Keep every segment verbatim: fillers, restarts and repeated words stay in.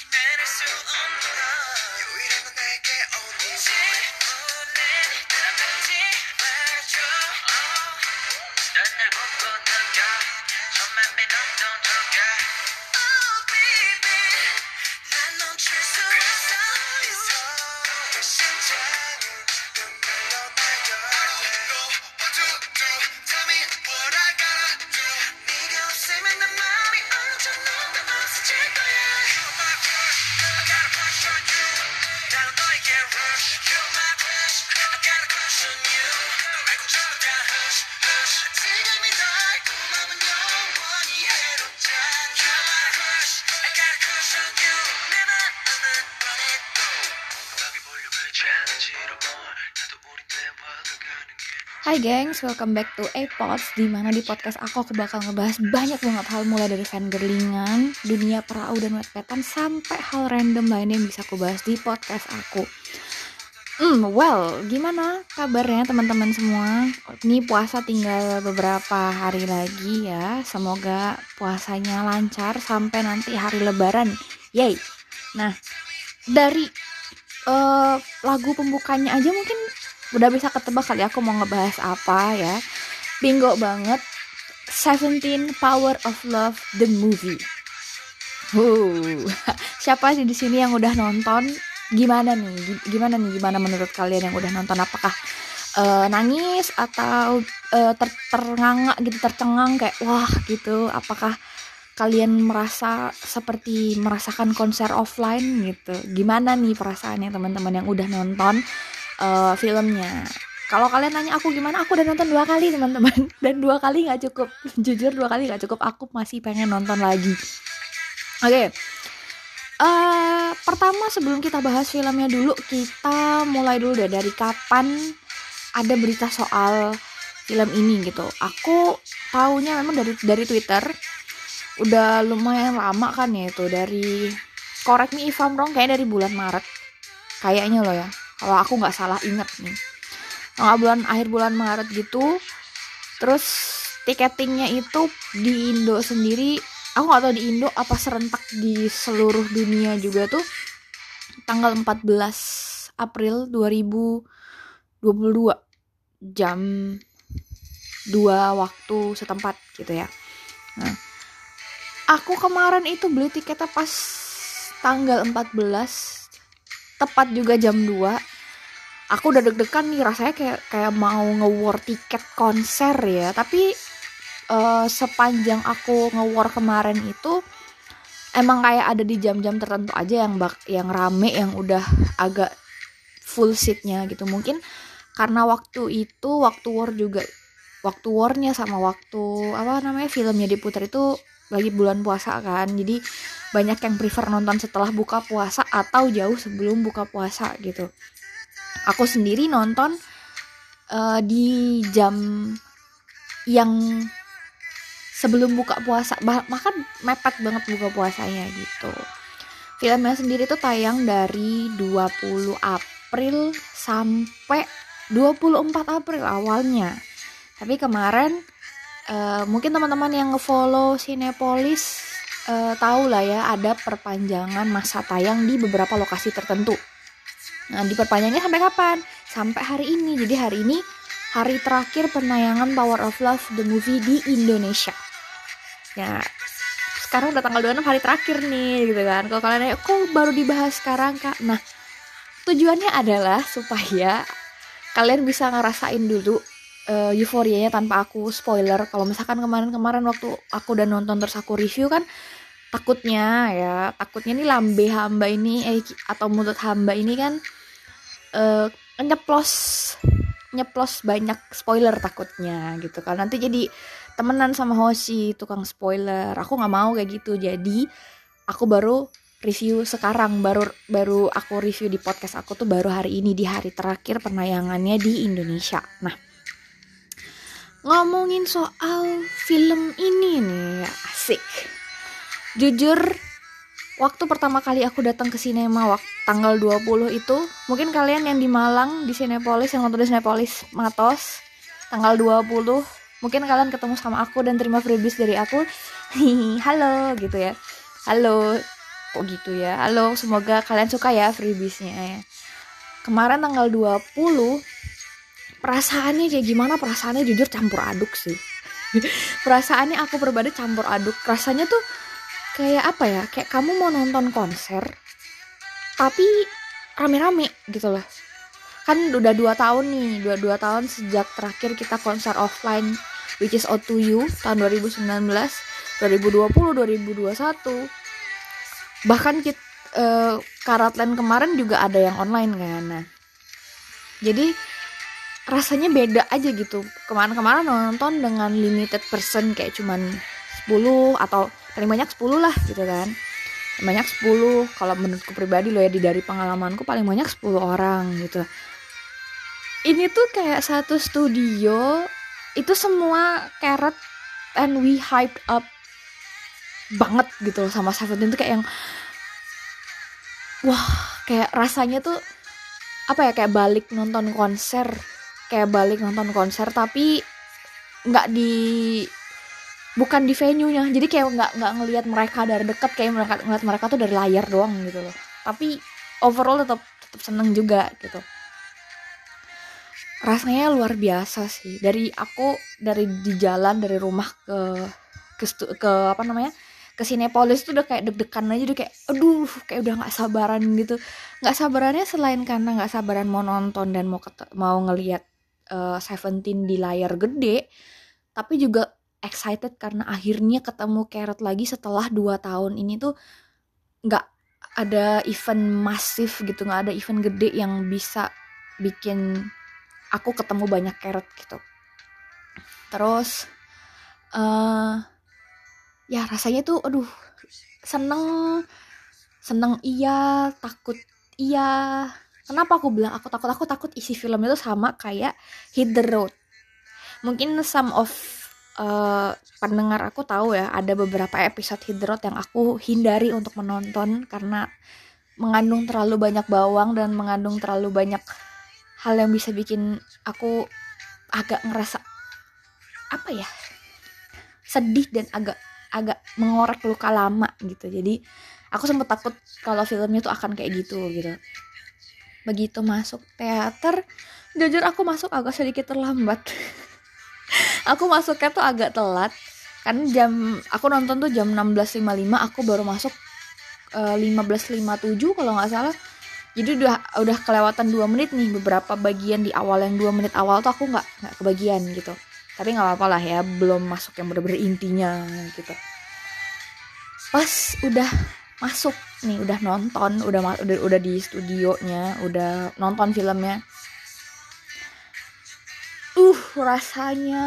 Hai gengs, welcome back to A-Pods, dimana di podcast aku aku bakal ngebahas banyak banget hal, mulai dari fangirlingan, dunia perau dan wetpetan, sampai hal random lainnya yang bisa aku bahas di podcast aku. Hmm, well, gimana kabarnya teman-teman semua? Ini puasa tinggal beberapa hari lagi ya, semoga puasanya lancar sampai nanti hari lebaran, yay! Nah, dari uh, lagu pembukanya aja mungkin udah bisa ketebak kali aku mau ngebahas apa ya. Bingo banget. Seventeen Power of Love the movie. Huh. Siapa sih di sini yang udah nonton? Gimana nih? Gimana nih? Gimana menurut kalian yang udah nonton? Apakah uh, nangis atau uh, ter- ternganga gitu, tercengang kayak wah gitu? Apakah kalian merasa seperti merasakan konser offline gitu? Gimana nih perasaannya teman-teman yang udah nonton Uh, filmnya? Kalau kalian nanya aku gimana, aku udah nonton dua kali teman-teman, dan dua kali nggak cukup, jujur dua kali nggak cukup, aku masih pengen nonton lagi. Oke, okay. uh, pertama sebelum kita bahas filmnya dulu, kita mulai dulu deh dari kapan ada berita soal film ini gitu. Aku taunya memang dari dari Twitter, udah lumayan lama kan ya itu, dari correct me if I'm wrong, kayak dari bulan Maret kayaknya loh ya, kalau aku nggak salah inget nih, nggak bulan akhir bulan Maret gitu. Terus tiketingnya itu di Indo sendiri, aku nggak tahu di Indo apa serentak di seluruh dunia juga tuh, tanggal empat belas April dua ribu dua puluh dua jam dua waktu setempat gitu ya. Nah, aku kemarin itu beli tiketnya pas tanggal empat belas, tepat juga jam dua. Aku udah deg-degan nih, rasanya kayak kayak mau nge-war tiket konser ya. Tapi uh, sepanjang aku nge-war kemarin itu emang kayak ada di jam-jam tertentu aja yang bak yang rame, yang udah agak full seatnya gitu. Mungkin karena waktu itu waktu war juga, waktu warnya sama waktu apa namanya filmnya diputar itu lagi bulan puasa kan. Jadi banyak yang prefer nonton setelah buka puasa atau jauh sebelum buka puasa gitu. Aku sendiri nonton uh, di jam yang sebelum buka puasa, bah- bahkan mepet banget buka puasanya gitu. Filmnya sendiri tuh tayang dari dua puluh April sampai dua puluh empat April awalnya. Tapi kemarin uh, mungkin teman-teman yang nge-follow Cinepolis uh, tahu lah ya, ada perpanjangan masa tayang di beberapa lokasi tertentu. Nah, diperpanjangnya sampai kapan? Sampai hari ini. Jadi hari ini hari terakhir penayangan Power of Love the movie di Indonesia. Ya, sekarang udah tanggal dua puluh enam, hari terakhir nih gitu kan. Kalau kalian nanya, kok baru dibahas sekarang Kak? Nah, tujuannya adalah supaya kalian bisa ngerasain dulu uh, euforianya tanpa aku spoiler. Kalau misalkan kemarin-kemarin waktu aku udah nonton terus aku review kan, takutnya ya, takutnya nih lambe hamba ini eh, atau mulut hamba ini kan uh, nyeplos nyeplos banyak spoiler takutnya gitu kan. Nanti jadi temenan sama Hoshi tukang spoiler. Aku nggak mau kayak gitu. Jadi aku baru review sekarang, baru baru aku review di podcast aku tuh baru hari ini, di hari terakhir penayangannya di Indonesia. Nah, ngomongin soal film ini nih, asik. Jujur, waktu pertama kali aku datang ke sinema waktu tanggal dua puluh itu, mungkin kalian yang di Malang di Cinepolis, yang nonton di Cinepolis Matos tanggal dua puluh, mungkin kalian ketemu sama aku dan terima freebies dari aku. Halo gitu ya. Halo. Kok gitu ya? Halo, semoga kalian suka ya freebiesnya ya. Kemarin tanggal dua puluh, perasaannya kayak gimana? Perasaannya jujur campur aduk sih. Perasaannya aku pribadi campur aduk. Rasanya tuh kayak apa ya? Kayak kamu mau nonton konser, tapi rame-rame gitu loh. Kan udah dua tahun nih, dua dua tahun sejak terakhir kita konser offline, which is O two U tahun dua ribu sembilan belas, dua ribu dua puluh, dua ribu dua puluh satu. Bahkan kita uh, Karatland kemarin juga ada yang online kan. Nah, jadi rasanya beda aja gitu. Kemarin-kemarin nonton dengan limited person, kayak cuman sepuluh atau paling banyak sepuluh lah gitu kan. Banyak sepuluh, kalau menurutku pribadi loh ya, di dari pengalamanku paling banyak sepuluh orang gitu. Ini tuh kayak satu studio itu semua Carrot, and we hyped up banget gitu loh sama Seventeen tuh kayak yang wah, kayak rasanya tuh apa ya, kayak balik nonton konser, kayak balik nonton konser tapi nggak di bukan di venue-nya, jadi kayak nggak nggak ngelihat mereka dari dekat, kayak mereka ngeliat mereka tuh dari layar doang gitu loh. Tapi overall tetap tetap seneng juga gitu. Rasanya luar biasa sih. Dari aku dari di jalan dari rumah ke ke, stu, ke apa namanya ke Cinepolis tuh udah kayak deg-degan aja, udah kayak aduh, kayak udah nggak sabaran gitu. Nggak sabarannya selain karena nggak sabaran mau nonton dan mau ket, mau ngelihat uh, Seventeen di layar gede, tapi juga excited karena akhirnya ketemu Carrot lagi setelah dua tahun ini tuh nggak ada event masif gitu, nggak ada event gede yang bisa bikin aku ketemu banyak Carrot gitu. Terus uh, ya rasanya tuh aduh, seneng seneng iya, takut iya. Kenapa aku bilang aku takut? Aku takut isi film itu sama kayak Hit the Road. Mungkin some of uh, pendengar aku tahu ya, ada beberapa episode Hit the Road yang aku hindari untuk menonton karena mengandung terlalu banyak bawang dan mengandung terlalu banyak hal yang bisa bikin aku agak ngerasa apa ya, sedih dan agak agak mengorek luka lama gitu. Jadi aku sempat takut kalau filmnya tuh akan kayak gitu gitu. Begitu masuk teater, jujur aku masuk agak sedikit terlambat. Aku masuknya tuh agak telat, kan jam aku nonton tuh jam enam belas lima puluh lima, aku baru masuk uh, lima belas lima puluh tujuh kalau nggak salah. Jadi udah udah kelewatan dua menit nih, beberapa bagian di awal yang dua menit awal tuh aku nggak nggak kebagian gitu. Tapi nggak apa-apa lah ya, belum masuk yang bener-bener intinya gitu. Pas udah masuk nih, udah nonton, udah udah udah di studionya, udah nonton filmnya. Uh, rasanya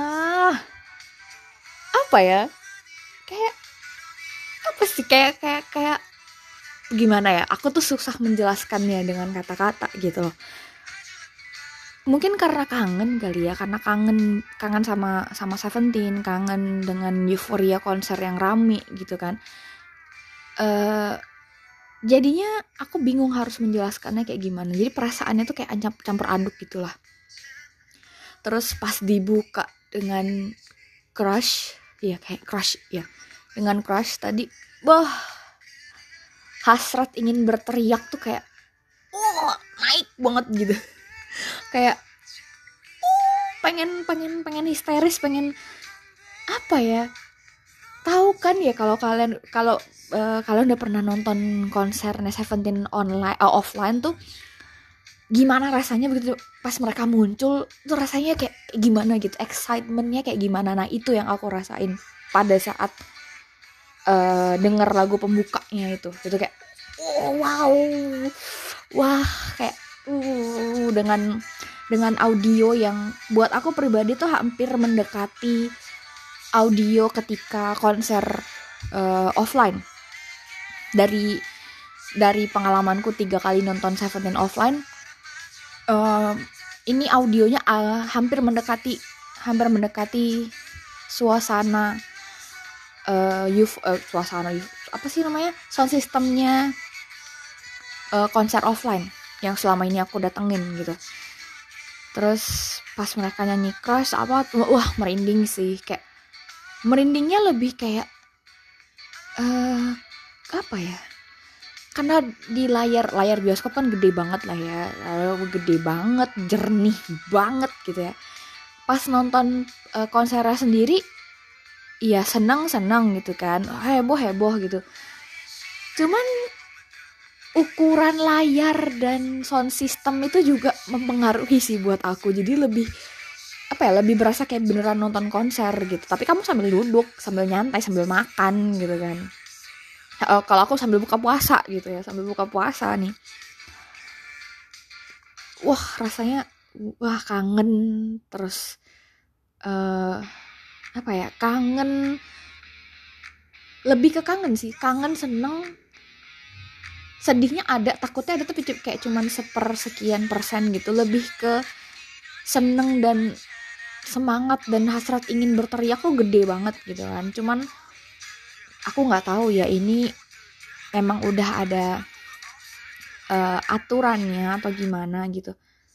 apa ya? Kayak apa sih? Kayak kayak kayak gimana ya? Aku tuh susah menjelaskannya dengan kata-kata gitu loh. Mungkin karena kangen kali ya, karena kangen kangen sama sama Seventeen, kangen dengan euforia konser yang rame gitu kan. Uh, jadinya aku bingung harus menjelaskannya kayak gimana. Jadi perasaannya tuh kayak campur aduk gitulah. Terus pas dibuka dengan Crush, ya kayak Crush ya, dengan Crush tadi, wah, hasrat ingin berteriak tuh kayak, oh, naik banget gitu. Kayak uh, pengen pengen pengen histeris, pengen apa ya, tahu kan ya kalau kalian kalau uh, kalian udah pernah nonton konsernya Seventeen online uh, offline tuh gimana rasanya begitu pas mereka muncul tuh, rasanya kayak gimana gitu, excitementnya kayak gimana. Nah itu yang aku rasain pada saat uh, denger lagu pembukanya itu gitu, kayak oh, wow, wah, kayak uh dengan dengan audio yang buat aku pribadi tuh hampir mendekati audio ketika konser uh, offline. Dari dari pengalamanku tiga kali nonton Seventeen offline, uh, ini audionya uh, hampir mendekati hampir mendekati suasana uh, youth, uh, suasana youth, apa sih namanya, sound systemnya uh, konser offline yang selama ini aku datengin gitu. Terus pas mereka nyanyi Crush apa, wah merinding sih, kayak merindingnya lebih kayak uh, apa ya, karena di layar layar bioskop kan gede banget lah ya, gede banget, jernih banget gitu ya. Pas nonton uh, konsernya sendiri, ya senang-senang gitu kan, heboh-heboh gitu. Cuman ukuran layar dan sound system itu juga mempengaruhi sih buat aku. Jadi lebih apa ya, lebih berasa kayak beneran nonton konser gitu. Tapi kamu sambil duduk, sambil nyantai, sambil makan gitu kan. Uh, kalau aku sambil buka puasa gitu ya, sambil buka puasa nih. Wah rasanya, wah kangen, terus uh, apa ya, kangen, lebih ke kangen sih, kangen, seneng, sedihnya ada, takutnya ada tapi kayak cuman sepersekian persen gitu. Lebih ke seneng dan semangat dan hasrat ingin berteriak tuh gede banget gitu kan. Cuman aku nggak tahu ya, ini memang udah ada uh, aturannya apa gimana gitu.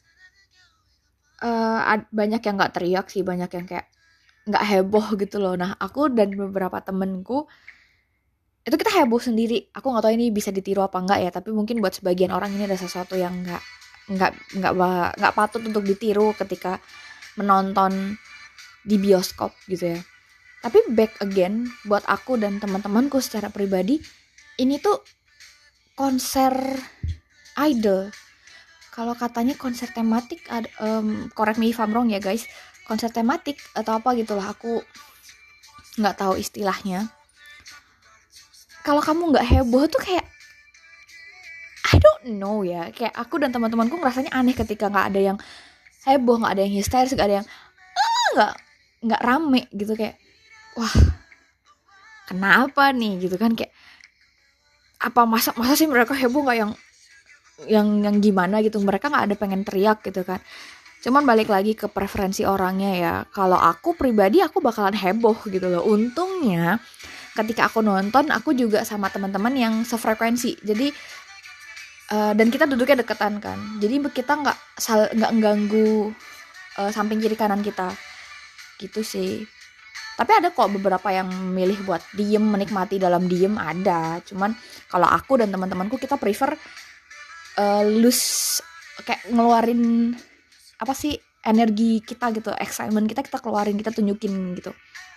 Uh, ad- banyak yang nggak teriak sih, banyak yang kayak nggak heboh gitu loh. Nah aku dan beberapa temenku itu kita heboh sendiri. Aku nggak tahu ini bisa ditiru apa enggak ya, tapi mungkin buat sebagian orang ini ada sesuatu yang nggak nggak nggak nggak patut untuk ditiru ketika menonton di bioskop gitu ya. Tapi back again, buat aku dan teman-temanku secara pribadi, ini tuh konser idol. Kalau katanya konser tematik, um, correct me if I'm wrong ya guys, konser tematik atau apa gitulah, aku nggak tahu istilahnya. Kalau kamu nggak heboh tuh kayak I don't know ya, kayak aku dan teman-temanku ngerasanya aneh ketika nggak ada yang heboh, nggak ada yang histeris, nggak ada yang nggak ah, nggak rame gitu. Kayak wah kenapa nih gitu kan, kayak apa masa masa sih mereka heboh nggak yang yang yang gimana gitu, mereka nggak ada pengen teriak gitu kan. Cuman balik lagi ke preferensi orangnya ya. Kalau aku pribadi aku bakalan heboh gitu loh. Untungnya ketika aku nonton aku juga sama teman-teman yang sefrekuensi, jadi uh, dan kita duduknya deketan kan, jadi kita nggak nggak ganggu uh, samping kiri kanan kita gitu sih. Tapi ada kok beberapa yang milih buat diem, menikmati dalam diem, ada. Cuman kalau aku dan teman-temanku kita prefer uh, loose, kayak ngeluarin apa sih, energi kita gitu, excitement kita kita keluarin, kita tunjukin gitu.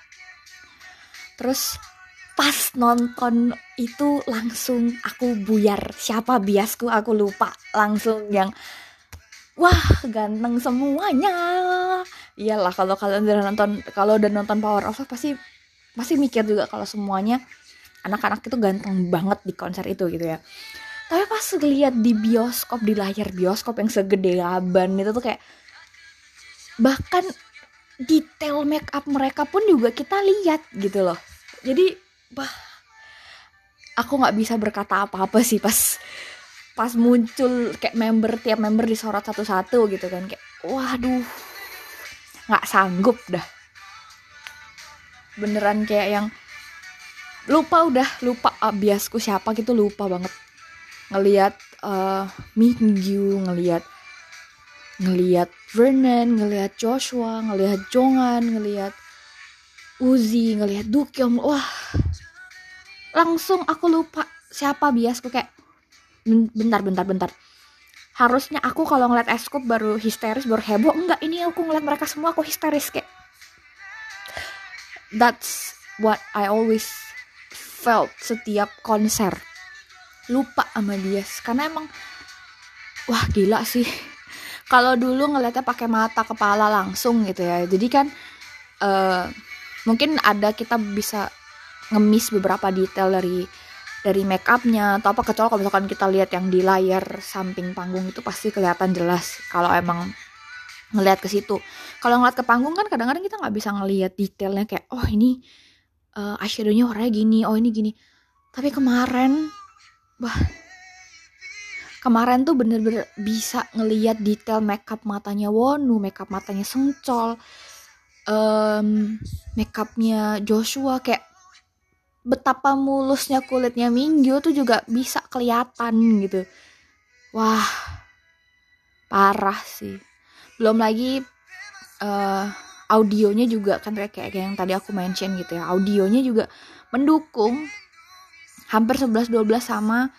Terus pas nonton itu langsung aku buyar. Siapa biasku aku lupa, langsung yang wah ganteng semuanya. Iyalah kalau kalian udah nonton, kalau udah nonton Power of Love pasti pasti mikir juga kalau semuanya anak-anak itu ganteng banget di konser itu gitu ya. Tapi pas lihat di bioskop, di layar bioskop yang segede gaban itu tuh kayak, bahkan detail make up mereka pun juga kita lihat gitu loh. Jadi bah, aku nggak bisa berkata apa-apa sih pas pas muncul kayak member, tiap member disorot satu-satu gitu kan, kayak waduh nggak sanggup dah beneran, kayak yang lupa, udah lupa uh, biasku siapa gitu, lupa banget. Ngelihat uh, Mingyu, ngelihat ngelihat Vernon, ngelihat Joshua, ngelihat Jongan, ngelihat Uzi, ngelihat Dukyong, wah langsung aku lupa siapa biasku. Kayak bentar bentar bentar harusnya aku kalau ngeliat Escoop baru histeris, baru heboh, enggak, ini aku ngeliat mereka semua aku histeris. Kayak that's what I always felt setiap konser, lupa sama dia karena emang wah gila sih. Kalau dulu ngeliatnya pakai mata kepala langsung gitu ya, jadi kan uh, mungkin ada kita bisa nge-miss beberapa detail dari dari make up-nya atau apa, kecuali kalau misalkan kita lihat yang di layar samping panggung itu pasti kelihatan jelas kalau emang ngelihat ke situ. Kalau ngeliat ke panggung kan kadang-kadang kita nggak bisa ngelihat detailnya, kayak oh ini uh, eyeshadow-nya warnanya gini, oh ini gini. Tapi kemarin wah kemarin tuh bener-bener bisa ngelihat detail makeup matanya Wonu, makeup matanya Seungcheol, um, makeupnya Joshua, kayak betapa mulusnya kulitnya Mingyu tuh juga bisa kelihatan gitu. Wah parah sih. Belum lagi uh, audionya juga kan kayak, kayak yang tadi aku mention gitu ya, audionya juga mendukung hampir sebelas dua belas sama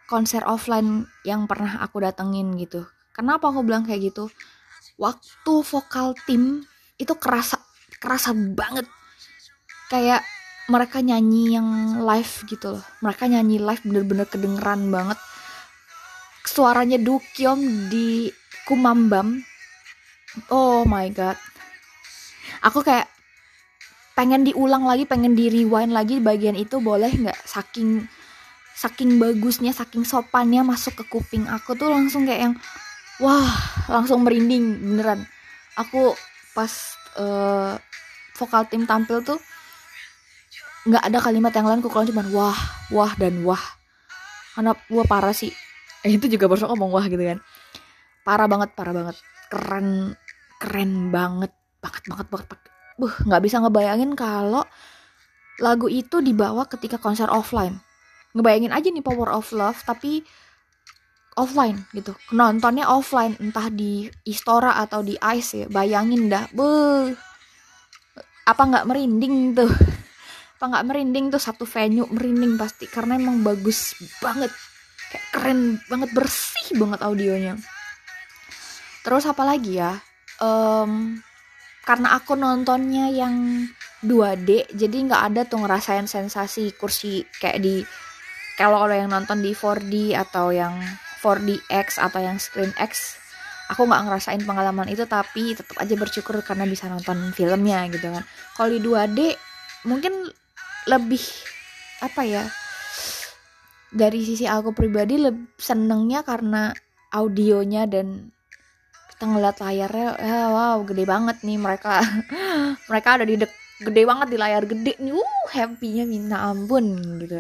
konser offline yang pernah aku datengin gitu. Kenapa aku bilang kayak gitu? Waktu vokal tim itu kerasa kerasa banget, kayak mereka nyanyi yang live gitu loh. Mereka nyanyi live bener-bener kedengeran banget. Suaranya Dukyeom di Kumambam. Oh my god. Aku kayak pengen diulang lagi, pengen di rewind lagi bagian itu, boleh nggak? Saking saking bagusnya, saking sopannya masuk ke kuping aku tuh langsung kayak yang wah, langsung merinding beneran. Aku pas uh, vokal tim tampil tuh nggak ada kalimat yang lain, aku kalau cuman wah, wah dan wah. Karena wah parah sih. Eh itu juga baru ngomong wah gitu kan. Parah banget, parah banget. Keren, keren banget, banget banget banget. Buh, nggak bisa ngebayangin kalau lagu itu dibawa ketika konser offline. Ngebayangin aja nih Power of Love tapi offline gitu, nontonnya offline, entah di Istora atau di Ice ya. Bayangin dah, beuh, apa nggak merinding tuh? Apa nggak merinding tuh? Satu venue merinding pasti, karena emang bagus banget, kayak keren banget, bersih banget audionya. Terus apa lagi ya? Um, karena aku nontonnya yang dua D, jadi nggak ada tuh ngerasain sensasi kursi kayak di kalau kalau yang nonton di four D atau yang four D X atau yang Screen X, aku nggak ngerasain pengalaman itu, tapi tetap aja bersyukur karena bisa nonton filmnya gitu kan. Kalau di dua D mungkin lebih apa ya, dari sisi aku pribadi lebih senengnya karena audionya, dan kita ngeliat layarnya, ya wow gede banget nih mereka. Mereka ada di dek- gede banget di layar gede nih, uh happy-nya minta ampun gitu.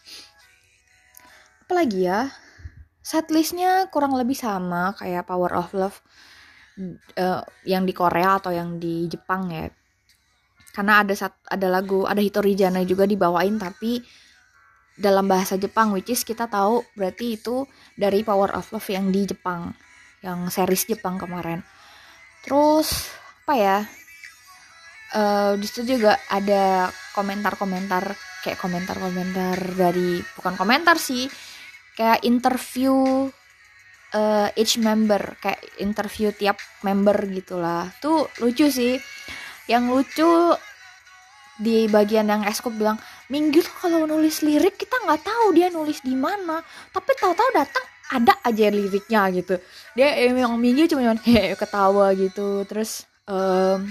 Apalagi ya, setlistnya kurang lebih sama kayak Power of Love uh, yang di Korea atau yang di Jepang ya. Karena ada sat, ada lagu, ada Hitori Jana juga dibawain tapi dalam bahasa Jepang, which is kita tahu berarti itu dari Power of Love yang di Jepang, yang series Jepang kemarin. Terus apa ya? Uh, di situ juga ada komentar-komentar, kayak komentar-komentar dari, bukan komentar sih, kayak interview uh, each member, kayak interview tiap member gitulah. Tuh lucu sih. Yang lucu di bagian yang Eskup bilang, Minggu tuh kalau nulis lirik kita nggak tahu dia nulis di mana, tapi tahu-tahu datang ada aja liriknya gitu. Dia emang Minggu cuma hehe ketawa gitu. Terus um,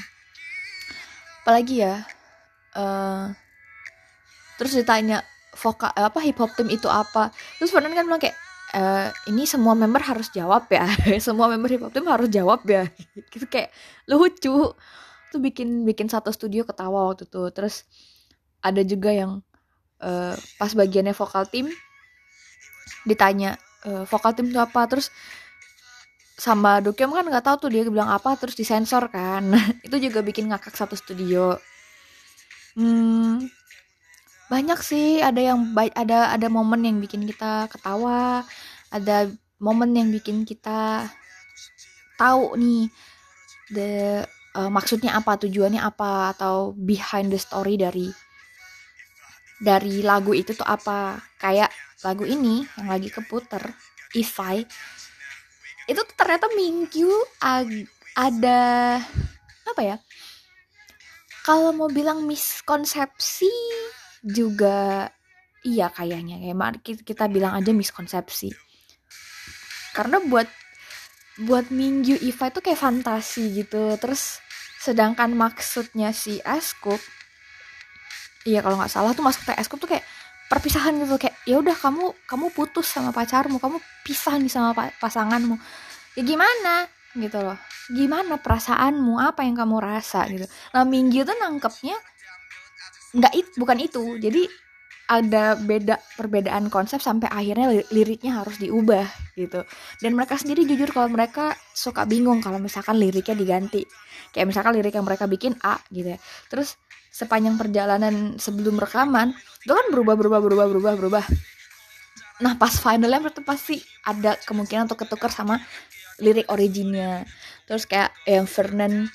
apalagi ya? Uh, terus ditanya vokal apa hip hop team itu apa, terus Fernand kan bilang kayak e, ini semua member harus jawab ya. Semua member hip hop team harus jawab ya. Gitu, kayak lucu tuh, bikin bikin satu studio ketawa waktu itu. Terus ada juga yang uh, pas bagiannya vokal team ditanya e, vokal team itu apa, terus sama Dukyeom kan nggak tahu tuh dia bilang apa, terus disensor kan. Itu juga bikin ngakak satu studio. Hmm, banyak sih, ada yang baik, ada ada momen yang bikin kita ketawa, ada momen yang bikin kita tahu nih the uh, maksudnya apa, tujuannya apa, atau behind the story dari dari lagu itu tuh apa. Kayak lagu ini yang lagi keputer, Ify, itu tuh ternyata Mingyu ag- ada apa ya, kalau mau bilang miskonsepsi juga iya kayaknya, kayak kita bilang aja miskonsepsi. Karena buat buat Mingyu Ify itu kayak fantasi gitu. Terus sedangkan maksudnya si Eskup, iya kalau nggak salah tuh maksudnya Eskup tuh kayak perpisahan gitu, kayak ya udah kamu kamu putus sama pacarmu, kamu pisah nih sama pa- pasanganmu, ya gimana gitu loh, gimana perasaanmu, apa yang kamu rasa gitu. Nah Mingyu tuh nangkepnya nggak it, bukan itu. Jadi ada beda perbedaan konsep sampai akhirnya liriknya harus diubah gitu. Dan mereka sendiri jujur kalau mereka suka bingung kalau misalkan liriknya diganti. Kayak misalkan lirik yang mereka bikin A gitu ya, terus sepanjang perjalanan sebelum rekaman itu kan berubah berubah berubah berubah berubah. Nah pas finalnya berarti pasti ada kemungkinan untuk ketukar sama lirik originnya. Terus kayak yang Fernand,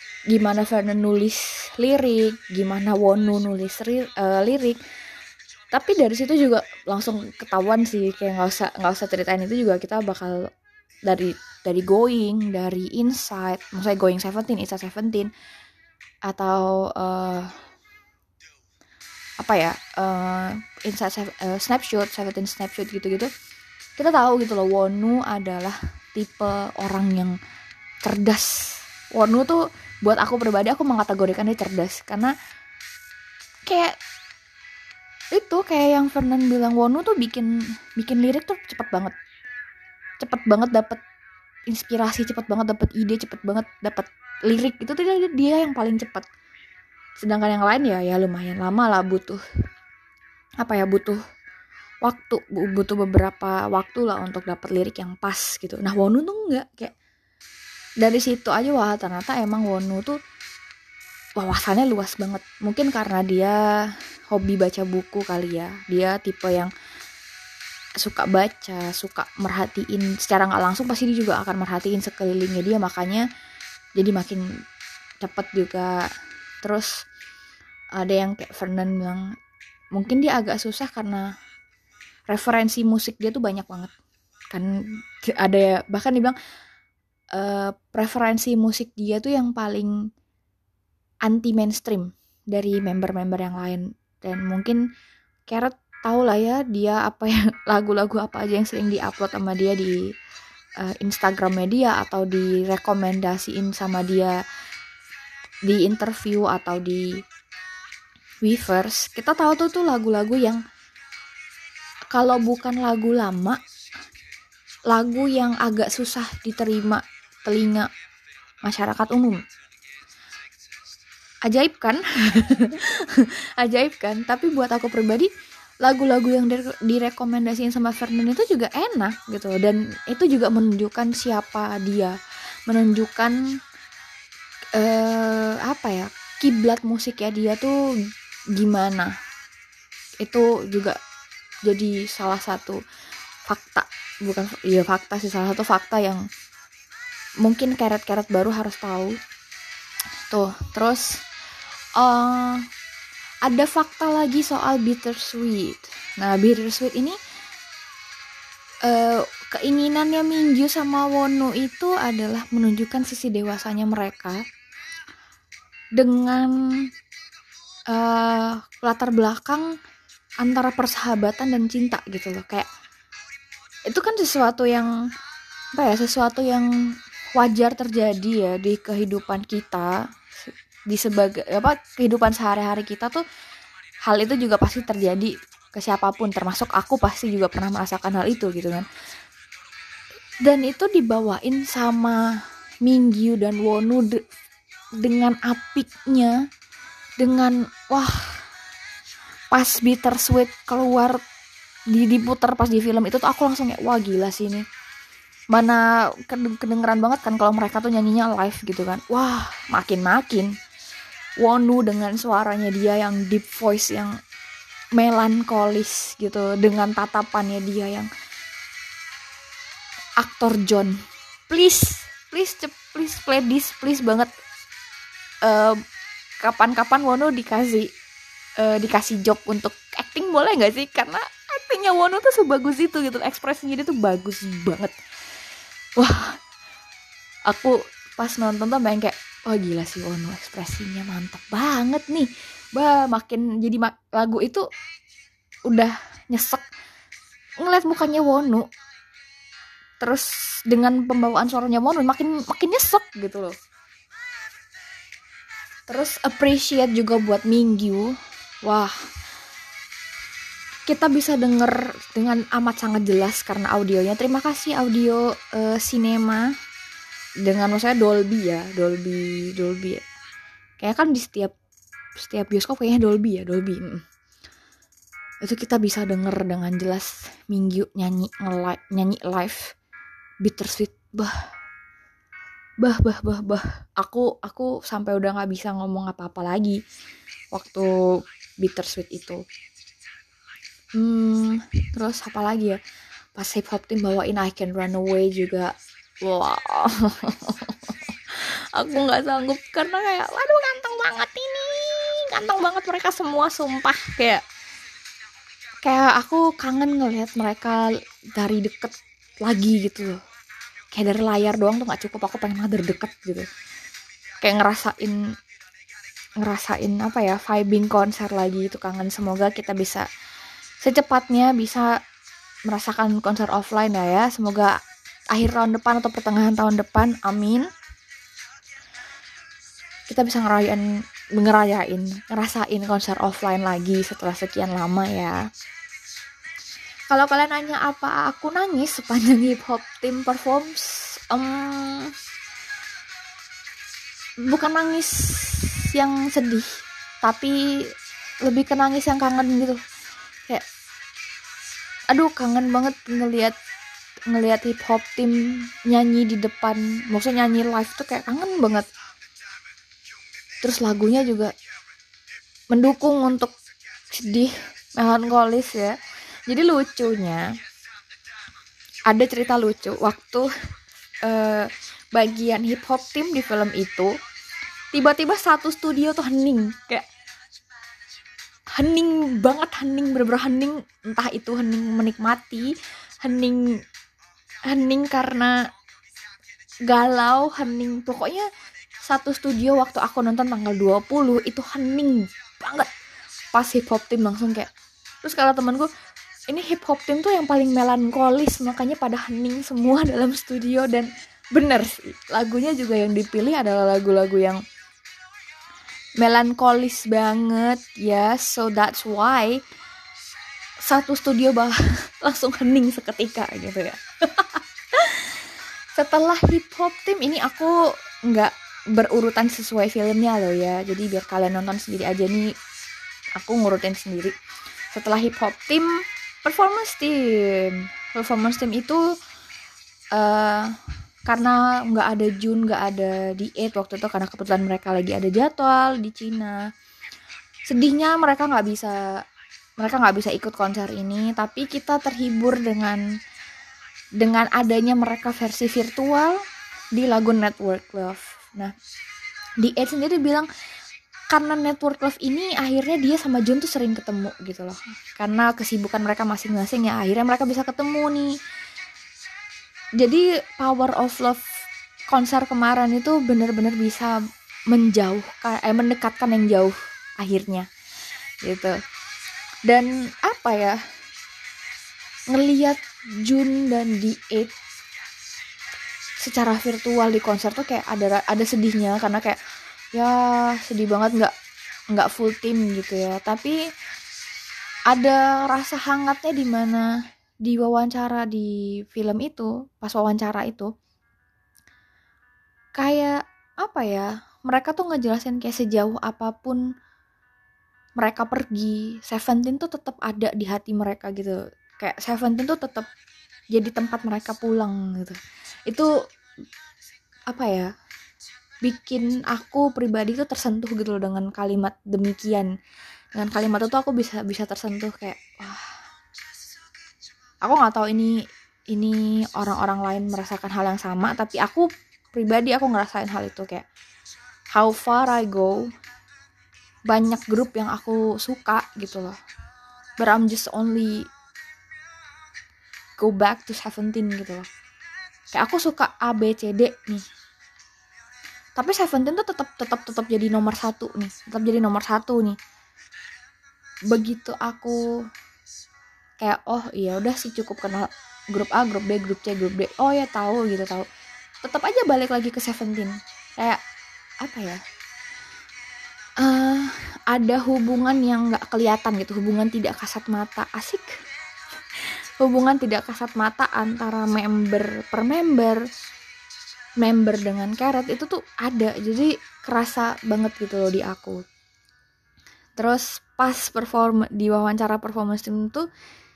gimana Fernand nulis lirik, gimana Wonu nulis ri, uh, lirik, Tapi dari situ juga langsung ketahuan sih, kayak nggak usah nggak usah ceritain itu juga, kita bakal dari dari Going, dari Inside, maksudnya Going Seventeen, Inside Seventeen, atau uh, apa ya, uh, Inside uh, Snapshot, Seventeen Snapshot gitu-gitu. Kita tahu gitu loh, Wonu adalah tipe orang yang cerdas. Wonu tuh buat aku pribadi, aku mengkategorikan dia cerdas karena kayak itu, kayak yang Fernand bilang, Wonu tuh bikin bikin lirik tuh cepet banget, cepet banget dapet inspirasi, cepet banget dapet ide, cepet banget dapet lirik. Itu tuh dia, dia yang paling cepet. Sedangkan yang lain ya ya lumayan lama lah, butuh apa ya, butuh waktu, butuh beberapa waktu lah untuk dapet lirik yang pas gitu. Nah Wonu tuh enggak, kayak dari situ aja wah ternyata emang Wonu tuh wawasannya luas banget. Mungkin karena dia hobi baca buku kali ya, dia tipe yang suka baca, suka merhatiin secara nggak langsung, pasti dia juga akan merhatiin sekelilingnya dia, makanya jadi makin cepet juga. Terus ada yang kayak Fernand bilang, mungkin dia agak susah karena referensi musik dia tuh banyak banget kan. Ada bahkan dia bilang uh, preferensi musik dia tuh yang paling anti mainstream dari member-member yang lain. Dan mungkin Carrot tahu lah ya dia apa yang lagu-lagu apa aja yang sering diupload sama dia di uh, Instagramnya dia, atau direkomendasiin sama dia di interview atau di Weverse. Kita tahu tuh tuh lagu-lagu yang kalau bukan lagu lama, lagu yang agak susah diterima telinga masyarakat umum. Ajaib kan? Ajaib kan? Tapi buat aku pribadi, lagu-lagu yang direkomendasiin sama Fernand itu juga enak gitu. Dan itu juga menunjukkan siapa dia, menunjukkan eh, apa ya, kiblat musiknya dia tuh gimana. Itu juga jadi salah satu fakta, bukan ya fakta sih, salah satu fakta yang mungkin Carrot-Carrot baru harus tahu tuh. Terus uh, ada fakta lagi soal Bittersweet. Nah Bittersweet ini uh, keinginannya Mingyu sama Wonu itu adalah menunjukkan sisi dewasanya mereka dengan uh, latar belakang antara persahabatan dan cinta gitu loh. Kayak itu kan sesuatu yang apa ya, sesuatu yang wajar terjadi ya di kehidupan kita, di sebagai apa kehidupan sehari-hari kita tuh. Hal itu juga pasti terjadi ke siapapun, termasuk aku pasti juga pernah merasakan hal itu gitu kan. Dan itu dibawain sama Mingyu dan Wonu de- dengan apiknya, dengan wah pas Bittersweet keluar di diputar pas di film itu tuh aku langsung kayak wah gila sih ini. Mana kedengeran banget kan kalau mereka tuh nyanyinya live gitu kan. Wah makin-makin Wonu dengan suaranya dia yang deep voice, yang melankolis gitu, dengan tatapannya dia yang aktor John. Please, please, please play this, please banget. Uh, kapan-kapan Wonu dikasih uh, dikasih job untuk acting boleh nggak sih? Karena actingnya Wonu tuh sebagus itu gitu, ekspresinya dia tuh bagus banget. Wah, aku pas nonton tuh main kayak wah gila sih Wonu, ekspresinya mantap banget nih. Bah, makin jadi ma- lagu itu udah nyesek ngeliat mukanya Wonu, terus dengan pembawaan suaranya Wonu makin makin nyesek gitu loh. Terus appreciate juga buat Mingyu. Wah, kita bisa denger dengan amat sangat jelas karena audionya. Terima kasih audio uh, Cinema dengan maksudnya Dolby ya, Dolby Dolby. Kayaknya kan di setiap setiap bioskop kayaknya Dolby ya, Dolby. Mm. Itu kita bisa denger dengan jelas Mingyu nyanyi nge- nyanyi live Bittersweet. Bah. Bah bah bah bah. Aku aku sampai udah enggak bisa ngomong apa-apa lagi waktu Bittersweet itu. Hmm, terus apa lagi ya? Pas Hip Hop Team bawain I Can Run Away juga. Wow. Aku nggak sanggup karena kayak waduh ganteng banget ini. Ganteng banget mereka semua sumpah, kayak kayak aku kangen ngelihat mereka dari deket lagi gitu loh. Kayak dari layar doang tuh nggak cukup, aku pengen dari deket gitu. Kayak ngerasain ngerasain apa ya, vibing konser lagi itu kangen. Semoga kita bisa secepatnya bisa merasakan konser offline ya ya. Semoga akhir tahun depan atau pertengahan tahun depan, amin. Kita bisa ngerayain ngerayain ngerasain konser offline lagi setelah sekian lama ya. Kalau kalian nanya apa aku nangis sepanjang hip hop team performs, um, bukan nangis yang sedih, tapi lebih ke nangis yang kangen gitu. Kayak aduh kangen banget ngelihat ngelihat hip hop team nyanyi di depan, maksudnya nyanyi live tuh kayak kangen banget. Terus lagunya juga mendukung untuk sedih, melankolis ya. Jadi lucunya ada cerita lucu waktu uh, bagian hip hop team di film itu, tiba-tiba satu studio tuh hening, kayak hening banget, hening bener-bener hening, entah itu hening menikmati, hening hening karena galau, hening pokoknya satu studio waktu aku nonton tanggal dua puluh itu hening banget pas hip hop team langsung kayak. Terus kalau temanku, ini hip hop team tuh yang paling melankolis, makanya pada hening semua dalam studio. Dan bener sih, lagunya juga yang dipilih adalah lagu-lagu yang melankolis banget ya. Yes, so that's why satu studio bah langsung hening seketika gitu ya. Setelah hip hop team ini aku nggak berurutan sesuai filmnya loh ya, jadi biar kalian nonton sendiri aja nih, aku ngurutin sendiri. Setelah hip hop team, performance team. Performance team itu uh, karena nggak ada Jun, nggak ada D eight waktu itu karena kebetulan mereka lagi ada jadwal di Cina. Sedihnya mereka nggak bisa, mereka nggak bisa ikut konser ini. Tapi kita terhibur dengan dengan adanya mereka versi virtual di lagu Network Love. Nah, D eight sendiri bilang karena Network Love ini akhirnya dia sama Jun tuh sering ketemu gitu loh. Karena kesibukan mereka masing-masing ya, akhirnya mereka bisa ketemu nih. Jadi Power of Love konser kemarin itu benar-benar bisa menjauhkan, eh mendekatkan yang jauh akhirnya gitu. Dan apa ya, ngelihat Jun dan D eight secara virtual di konser tuh kayak ada ada sedihnya karena kayak ya sedih banget nggak nggak full team gitu ya. Tapi ada rasa hangatnya di mana di wawancara di film itu, pas wawancara itu kayak apa ya, mereka tuh ngejelasin kayak sejauh apapun mereka pergi, Seventeen tuh tetap ada di hati mereka gitu. Kayak Seventeen tuh tetap jadi tempat mereka pulang gitu. Itu apa ya, bikin aku pribadi tuh tersentuh gitu loh dengan kalimat demikian. Dengan kalimat itu aku bisa bisa tersentuh kayak wah. Aku nggak tahu ini ini orang-orang lain merasakan hal yang sama, tapi aku pribadi aku ngerasain hal itu kayak how far I go, banyak grup yang aku suka gitu loh, but I'm just only go back to Seventeen gitu loh. Kayak aku suka A B C D nih, tapi Seventeen tuh tetap tetap tetap jadi nomor satu nih, tetap jadi nomor satu nih. Begitu aku kayak oh iya udah sih cukup kenal grup A, grup B, grup C, grup D, oh ya tahu gitu tahu, tetap aja balik lagi ke Seventeen. Kayak apa ya, uh, ada hubungan yang nggak kelihatan gitu, hubungan tidak kasat mata, asik. Hubungan tidak kasat mata antara member per member, member dengan Carrot itu tuh ada, jadi kerasa banget gitu loh di aku. Terus pas perform di wawancara performance team tuh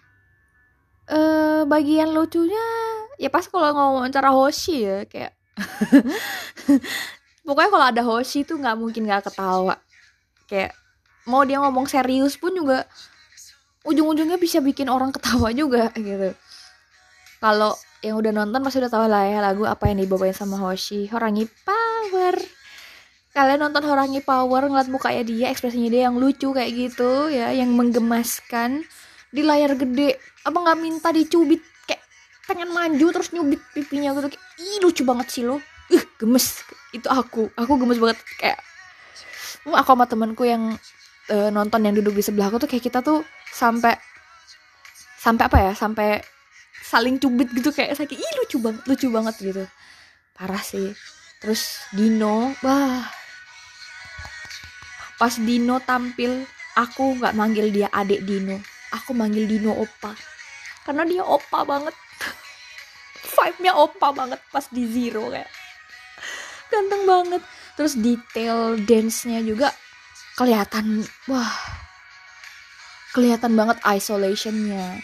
eh bagian lucunya ya pas kalau wawancara Hoshi ya, kayak pokoknya kalau ada Hoshi tuh nggak mungkin nggak ketawa. Kayak mau dia ngomong serius pun juga ujung-ujungnya bisa bikin orang ketawa juga gitu. Kalau yang udah nonton pasti udah tahu lah ya lagu apa yang dibawain sama Hoshi, Horangi Power. Kalian nonton Horangi Power, ngeliat mukanya dia, ekspresinya dia yang lucu kayak gitu ya, yang menggemaskan, di layar gede, apa nggak minta dicubit, kayak pengen maju terus nyubit pipinya gitu, kayak ih lucu banget sih lo. Ih gemes. Itu aku aku gemes banget, kayak aku sama temanku yang uh, nonton yang duduk di sebelah aku tuh, kayak kita tuh sampai sampai apa ya sampai saling cubit gitu, kayak saking ih lucu banget lucu banget gitu, parah sih. Terus Dino, wah pas Dino tampil, aku nggak manggil dia adik Dino, aku manggil Dino opa, karena dia opa banget. Vibe-nya opa banget pas di Zero, kayak ganteng banget. Terus detail dance-nya juga kelihatan, wah kelihatan banget isolation-nya.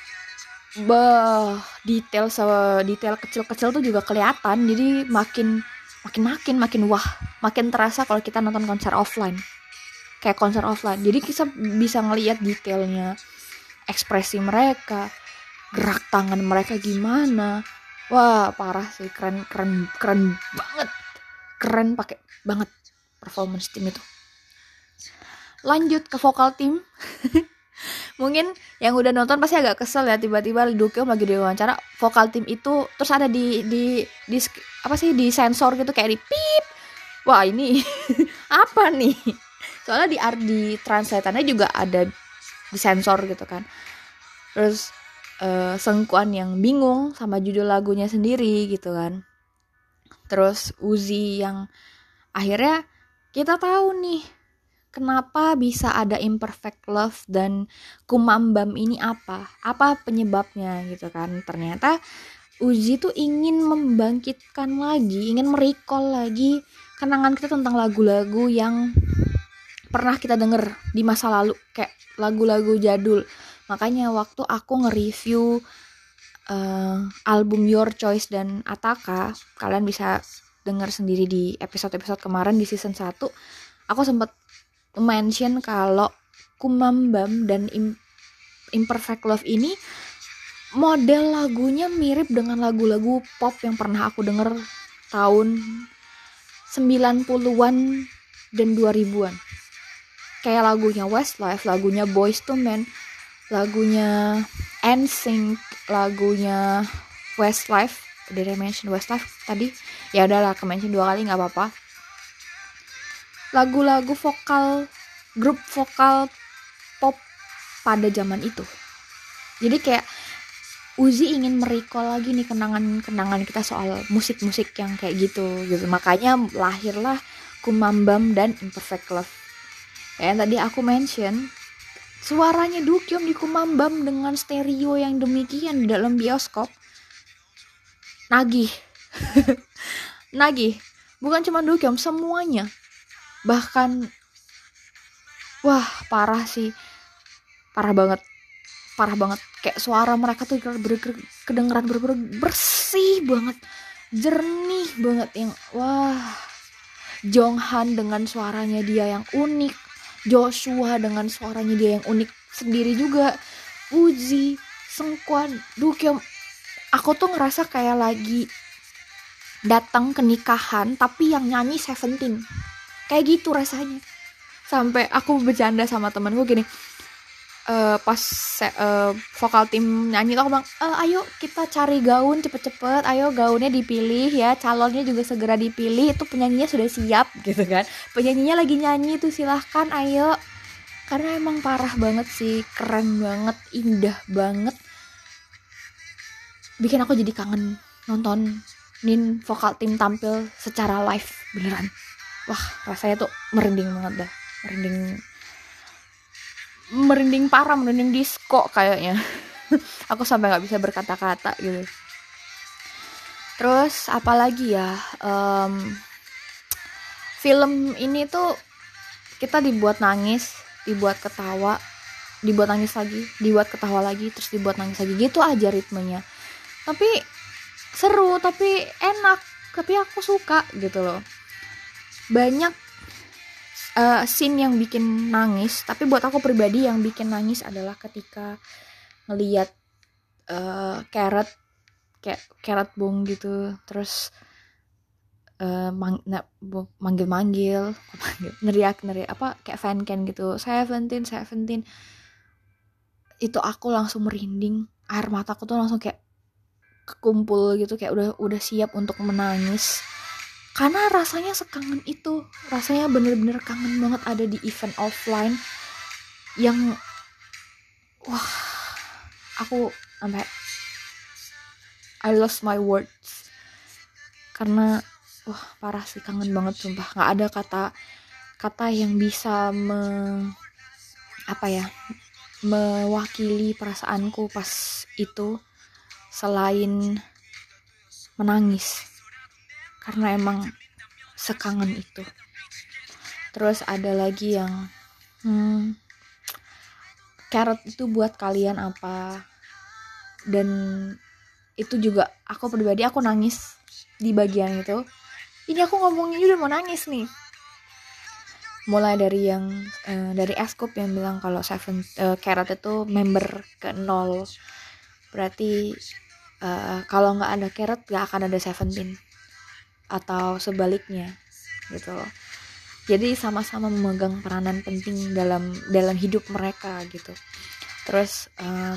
Bah, detail sama detail kecil-kecil tuh juga kelihatan. Jadi makin makin makin makin wah, makin terasa kalau kita nonton konser offline. Kayak konser offline. Jadi kita bisa ngelihat detailnya, ekspresi mereka, gerak tangan mereka gimana. Wah, parah sih, keren keren keren banget. Keren pakai banget performance tim itu. Lanjut ke vokal tim. Mungkin yang udah nonton pasti agak kesel ya, tiba-tiba Dookyeom lagi diwawancara vokal tim itu, terus ada di di di apa sih di sensor gitu, kayak di pip. Wah ini apa nih? Soalnya di art di translatannya juga ada di sensor gitu kan. Terus uh, Sengkuan yang bingung sama judul lagunya sendiri gitu kan. Terus Uzi yang akhirnya kita tahu nih kenapa bisa ada imperfect love dan kumambam ini apa? Apa penyebabnya gitu kan? Ternyata Uzi tuh ingin membangkitkan lagi, ingin merecall lagi kenangan kita tentang lagu-lagu yang pernah kita denger di masa lalu, kayak lagu-lagu jadul. Makanya waktu aku nge-review uh, album Your Choice dan Ataka, kalian bisa denger sendiri di episode-episode kemarin di season satu, aku sempat mention kalau Kumambam dan Imperfect Love ini model lagunya mirip dengan lagu-lagu pop yang pernah aku denger tahun sembilan puluhan dan dua ribuan. Kayak lagunya Westlife, lagunya Boyz two Men, lagunya N Sync, lagunya Westlife. Udah mention Westlife tadi? Ya udahlah, ke-mention dua kali nggak apa-apa. Lagu-lagu vokal, grup vokal pop pada zaman itu. Jadi kayak Uzi ingin merecall lagi nih kenangan-kenangan kita soal musik-musik yang kayak gitu gitu. Makanya lahirlah Kumambam dan Imperfect Love. Kayak tadi aku mention, suaranya Dookyeom di Kumambam dengan stereo yang demikian di dalam bioskop, nagih. Nagih. Bukan cuma Dookyeom, semuanya. Bahkan wah parah sih, parah banget, parah banget. Kayak suara mereka tuh kedengeran bener-bener bersih banget, jernih banget, yang wah. Jonghan dengan suaranya dia yang unik, Joshua dengan suaranya dia yang unik sendiri juga, Uzi, Sengkuan, Dookyeom. Aku tuh ngerasa kayak lagi datang ke nikahan tapi yang nyanyi Seventeen. Kayak gitu rasanya. Sampai aku bercanda sama temanku gini, uh, pas uh, vokal tim nyanyi tuh aku bilang, e, ayo kita cari gaun cepet-cepet, ayo gaunnya dipilih ya, calonnya juga segera dipilih, itu penyanyinya sudah siap gitu kan, penyanyinya lagi nyanyi tuh, silahkan ayo. Karena emang parah banget sih, keren banget, indah banget, bikin aku jadi kangen nonton nin vokal tim tampil secara live beneran. Wah rasanya tuh merinding banget dah, merinding merinding parah, merinding disco kayaknya. Aku sampai nggak bisa berkata-kata gitu. Terus apalagi ya, um, film ini tuh kita dibuat nangis, dibuat ketawa, dibuat nangis lagi, dibuat ketawa lagi, terus dibuat nangis lagi, gitu aja ritmenya. Tapi seru, tapi enak, tapi aku suka gitu loh. Banyak uh, scene yang bikin nangis, tapi buat aku pribadi yang bikin nangis adalah ketika ngelihat uh, Carrot kayak Carrot Bong gitu, terus uh, mang- na- manggil-manggil, neriak-neriak apa kayak fan can gitu, Seventeen, Seventeen. itu aku langsung merinding, air mataku tuh langsung kayak kekumpul gitu, kayak udah udah siap untuk menangis karena rasanya sekangen itu, rasanya bener-bener kangen banget ada di event offline yang wah, aku sampai I lost my words karena wah parah sih, kangen banget sumpah. Nggak ada kata kata yang bisa me, apa ya mewakili perasaanku pas itu selain menangis karena emang sekangen itu. Terus ada lagi yang hmm, Carrot itu buat kalian apa, dan itu juga aku pribadi aku nangis di bagian itu. Ini aku ngomongnya udah mau nangis nih. Mulai dari yang uh, dari Escoop yang bilang kalau Seven uh, Carrot itu member ke nol, berarti uh, kalau nggak ada Carrot nggak akan ada Seventeen atau sebaliknya gitu loh. Jadi sama-sama memegang peranan penting dalam dalam hidup mereka gitu. Terus um,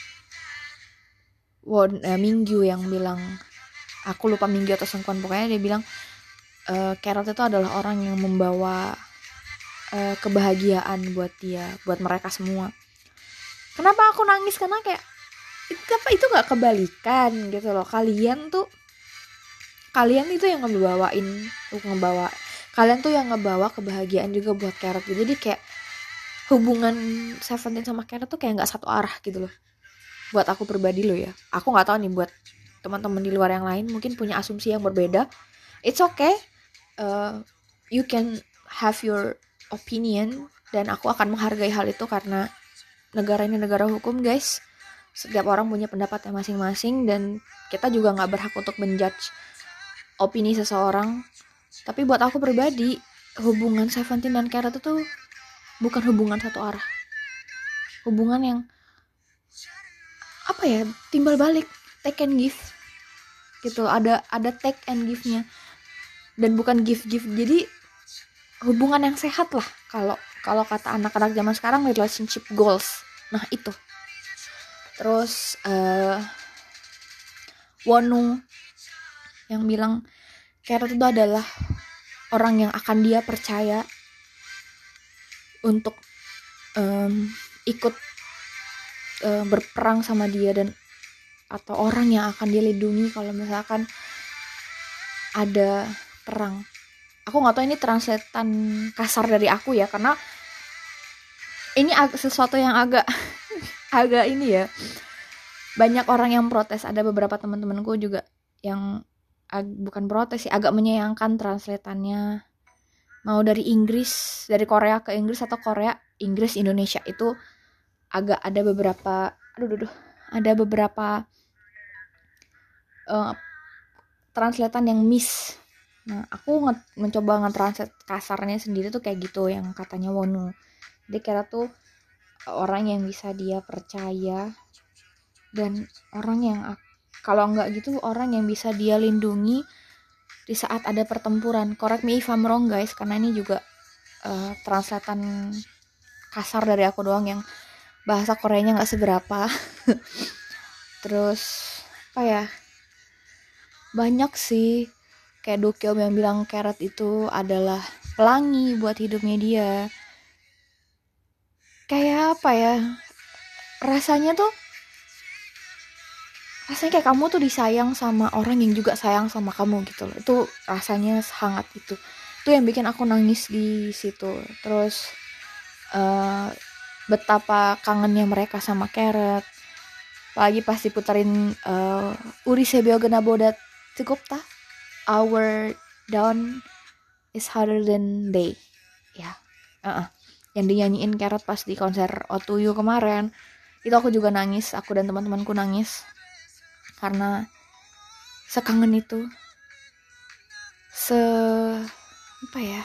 Won, uh, Mingyu yang bilang, aku lupa Mingyu atau Sengkuan, pokoknya dia bilang uh, Carrot itu adalah orang yang membawa uh, kebahagiaan buat dia, buat mereka semua. Kenapa aku nangis? Karena kayak itu apa itu nggak kebalikan gitu loh. Kalian tuh kalian itu yang ngebawain tuh ngebawa kalian tuh yang ngebawa kebahagiaan juga buat Carrot gitu. Jadi kayak hubungan Seventeen sama Carrot tuh kayak nggak satu arah gitu loh. Buat aku pribadi loh ya. Aku nggak tahu nih buat teman-teman di luar yang lain mungkin punya asumsi yang berbeda. It's okay. Uh, you can have your opinion dan aku akan menghargai hal itu karena negara ini negara hukum, guys. Setiap orang punya pendapatnya masing-masing dan kita juga nggak berhak untuk menjudge opini seseorang. Tapi buat aku pribadi, hubungan Seventeen dan Carrot itu bukan hubungan satu arah. Hubungan yang apa ya, timbal balik, take and give gitu. Ada ada take and give-nya dan bukan give give. Jadi hubungan yang sehat lah kalau kalau kata anak-anak zaman sekarang, relationship goals. Nah itu. Terus uh, Wonu yang bilang Carrot itu adalah orang yang akan dia percaya untuk um, ikut uh, berperang sama dia, dan atau orang yang akan dia lindungi kalau misalkan ada perang. Aku nggak tahu ini translatean kasar dari aku ya, karena ini ag- sesuatu yang agak agak ini ya, banyak orang yang protes. Ada beberapa teman-temanku juga yang ag- bukan protes sih, agak menyayangkan translatannya, mau dari Inggris, dari Korea ke Inggris atau Korea Inggris Indonesia, itu agak ada beberapa aduh aduh, ada beberapa uh, translatan yang miss. Nah, aku nge- mencoba nge-translate kasarnya sendiri tuh kayak gitu yang katanya Wonu. Dia kira tuh orang yang bisa dia percaya, dan orang yang kalau nggak gitu orang yang bisa dia lindungi di saat ada pertempuran. Correct me if I'm wrong guys, karena ini juga uh, translatean kasar dari aku doang yang bahasa Koreanya nggak seberapa. Terus apa ya, banyak sih kayak Dokyeom yang bilang Carrot itu adalah pelangi buat hidupnya dia. Kayak apa ya, rasanya tuh rasanya kayak kamu tuh disayang sama orang yang juga sayang sama kamu gitu loh. Itu rasanya sangat itu itu yang bikin aku nangis di situ. Terus uh, betapa kangennya mereka sama Carrot, apalagi pas diputerin uh, Uri Sebeo Genaboda Tsukupta, Our Dawn is Harder Than Day ya, uh-uh. yang dinyanyiin Carrot pas di konser O two U kemarin. Itu aku juga nangis, aku dan teman-temanku nangis karena sekangen itu, se apa ya,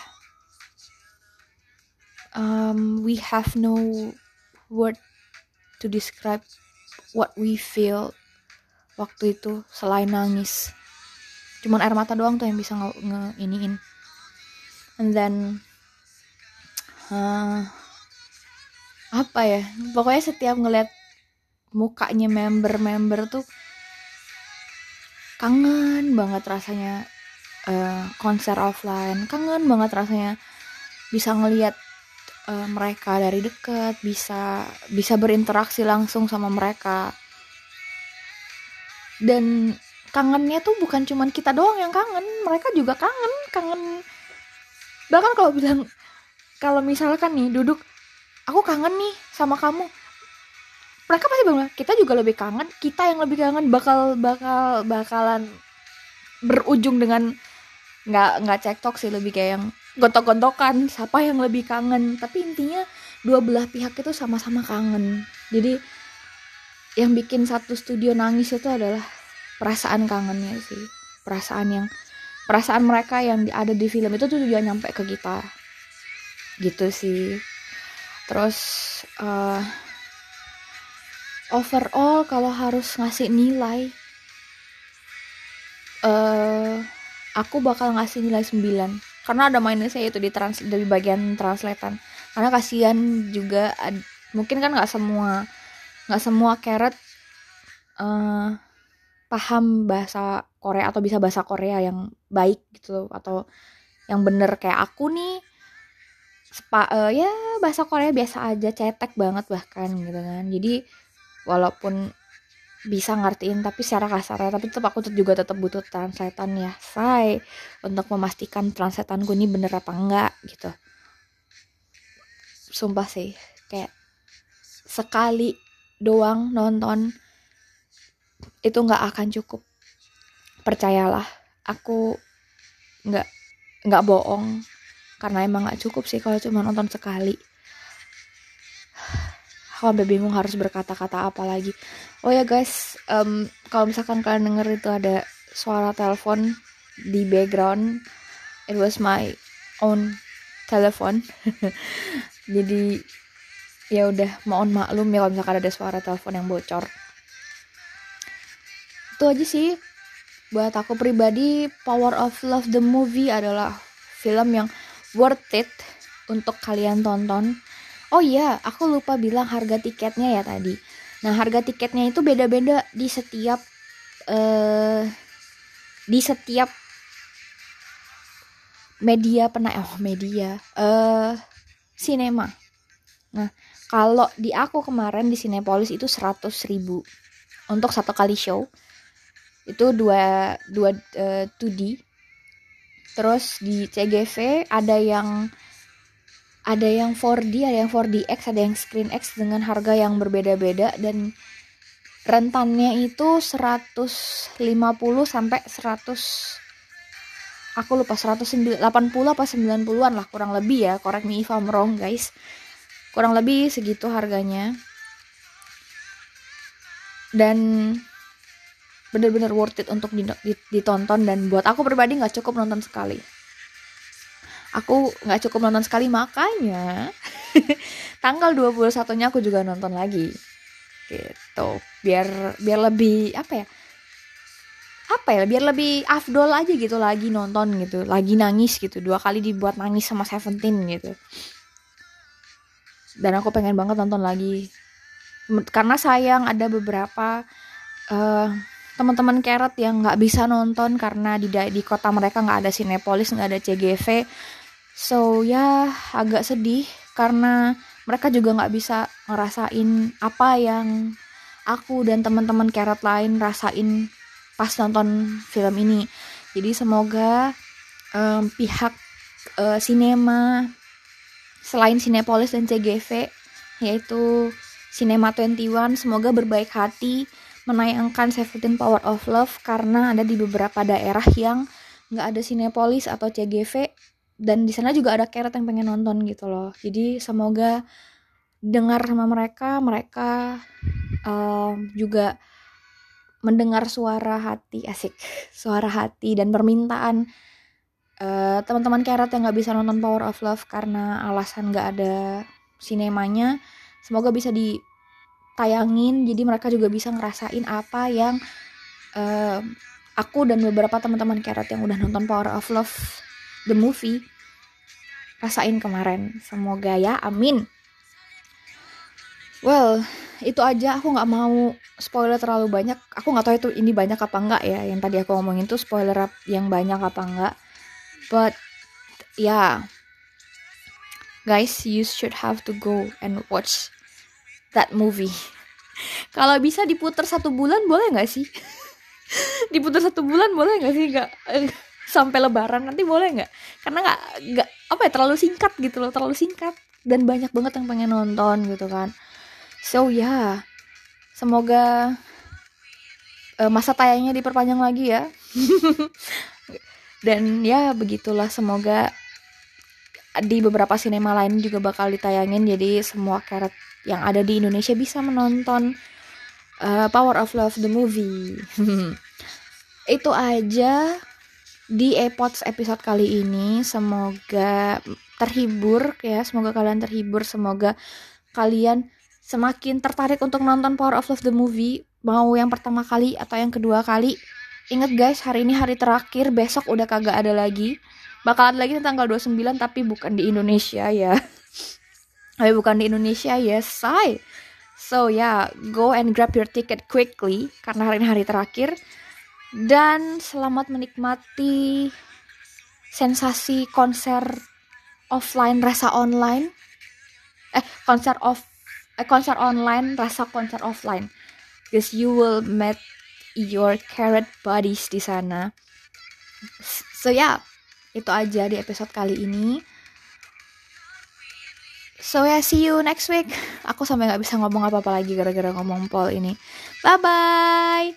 um, we have no word to describe what we feel waktu itu selain nangis. Cuman air mata doang tuh yang bisa nge, nge iniin. And then uh, apa ya, pokoknya setiap ngeliat mukanya member-member tuh kangen banget rasanya uh, konser offline, kangen banget rasanya bisa ngelihat uh, mereka dari dekat, bisa bisa berinteraksi langsung sama mereka. Dan kangennya tuh bukan cuman kita doang yang kangen, mereka juga kangen, kangen. Bahkan kalau bilang, kalau misalkan nih duduk, aku kangen nih sama kamu, mereka pasti bilang kita juga lebih kangen, kita yang lebih kangen, bakal bakal bakalan berujung dengan nggak nggak cekcok sih, lebih kayak yang gontok-gontokan siapa yang lebih kangen. Tapi intinya dua belah pihak itu sama-sama kangen. Jadi yang bikin satu studio nangis itu adalah perasaan kangennya sih, perasaan yang perasaan mereka yang ada di film itu tuh juga nyampe ke kita gitu sih. Terus uh, overall kalau harus ngasih nilai, uh, aku bakal ngasih nilai sembilan karena ada minusnya yaitu di trans dari bagian translatean, karena kasihan juga ad, mungkin kan nggak semua nggak semua carrot uh, paham bahasa Korea atau bisa bahasa Korea yang baik gitu, atau yang bener kayak aku nih spa, uh, ya bahasa Korea biasa aja, cetek banget bahkan gitu kan. Jadi walaupun bisa ngertiin tapi secara kasar, tapi tetap aku juga tetap butuh translatean ya say, untuk memastikan translateanku ini bener apa enggak gitu. Sumpah sih, kayak sekali doang nonton itu nggak akan cukup, percayalah, aku nggak nggak bohong, karena emang nggak cukup sih kalau cuma nonton sekali. Aku sampai bingung harus berkata-kata apa lagi. Oh ya guys, um, kalau misalkan kalian denger itu ada suara telepon di background, it was my own telepon. Jadi ya udah, mohon maklum ya kalau misalkan ada suara telepon yang bocor. Itu aja sih buat aku pribadi. Power of Love the movie adalah film yang worth it untuk kalian tonton. Oh iya, aku lupa bilang harga tiketnya ya tadi. Nah, harga tiketnya itu beda-beda di setiap uh, di setiap media pena oh media uh, sinema. Nah, kalau di aku kemarin di Cinepolis itu seratus ribu untuk satu kali show. Itu dua dua uh, dua D. Terus di C G V ada yang ada yang empat D, ada yang empat D X, ada yang Screen X dengan harga yang berbeda-beda, dan rentannya itu seratus lima puluh sampai seratus, aku lupa, seratus delapan puluh apa sembilan puluhan lah kurang lebih ya, correct me if I'm wrong guys, kurang lebih segitu harganya. Dan bener-bener worth it untuk ditonton, dan buat aku pribadi nggak cukup nonton sekali. Aku nggak cukup nonton sekali, makanya tanggal dua puluh satunya aku juga nonton lagi gitu, biar biar lebih apa ya apa ya biar lebih afdol aja gitu, lagi nonton gitu, lagi nangis gitu, dua kali dibuat nangis sama Seventeen gitu. Dan aku pengen banget nonton lagi, karena sayang ada beberapa uh, teman-teman Carrot yang nggak bisa nonton karena di di kota mereka nggak ada Cinepolis, nggak ada C G V. So ya agak sedih karena mereka juga nggak bisa ngerasain apa yang aku dan teman-teman Carrot lain rasain pas nonton film ini. Jadi semoga um, pihak uh, sinema selain Cinepolis dan C G V, yaitu Cinema dua puluh satu, semoga berbaik hati menayangkan Seventeen Power of Love, karena ada di beberapa daerah yang nggak ada Cinepolis atau C G V, dan di sana juga ada Carrot yang pengen nonton gitu loh. Jadi semoga dengar sama mereka, mereka um, juga mendengar suara hati, asik, suara hati dan permintaan uh, teman-teman Carrot yang nggak bisa nonton Power of Love karena alasan nggak ada sinemanya. Semoga bisa ditayangin, jadi mereka juga bisa ngerasain apa yang uh, aku dan beberapa teman-teman Carrot yang udah nonton Power of Love the movie rasain kemarin. Semoga ya, amin. Well, itu aja, aku nggak mau spoiler terlalu banyak. Aku nggak tahu itu ini banyak apa enggak ya. Yang tadi aku ngomongin tuh spoiler yang banyak apa enggak. But yeah, guys, you should have to go and watch that movie. Kalau bisa diputar satu bulan boleh nggak sih? Diputar satu bulan boleh nggak sih? Nggak eh, sampai Lebaran nanti boleh nggak? Karena nggak nggak apa ya, terlalu singkat gitu loh, terlalu singkat dan banyak banget yang pengen nonton gitu kan. So ya, yeah, semoga uh, masa tayangnya diperpanjang lagi ya. Dan ya begitulah, semoga di beberapa sinema lain juga bakal ditayangin, jadi semua karet yang ada di Indonesia bisa menonton uh, Power of Love the movie. Itu aja di ePods episode kali ini. Semoga terhibur ya, semoga kalian terhibur, semoga kalian semakin tertarik untuk nonton Power of Love the movie, mau yang pertama kali atau yang kedua kali. Ingat guys, hari ini hari terakhir, besok udah kagak ada lagi. Bakal ada lagi tanggal dua puluh sembilan, tapi bukan di Indonesia ya. Tapi bukan di Indonesia ya, say. So ya, yeah, go and grab your ticket quickly, karena hari ini hari terakhir. Dan selamat menikmati sensasi konser offline rasa online. Eh, konser off eh, konser online rasa konser offline. Because you will meet your carrot buddies di sana. So ya, yeah, itu aja di episode kali ini. So ya, yeah, see you next week. Aku sampai nggak bisa ngomong apa-apa lagi gara-gara ngomong Paul ini. Bye bye.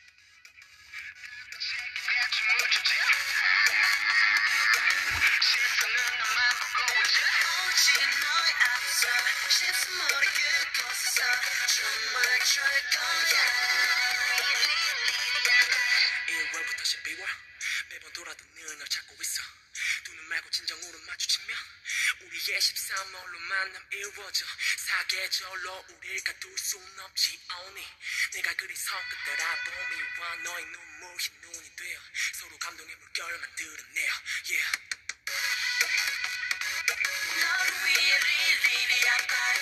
일월부터 십이월 매번 돌아듣는 널 찾고 있어 두 눈 말고 진정으로 마주치면 우리의 십삼 월로 만남 이루어져 사계절로 우릴 가둘 순 없지 only 내가 그리서 끝더라도 미와 너의 눈물 흰 눈이 되어 서로 감동의 물결 만들어내요 yeah 너를 위해 리리리 아빠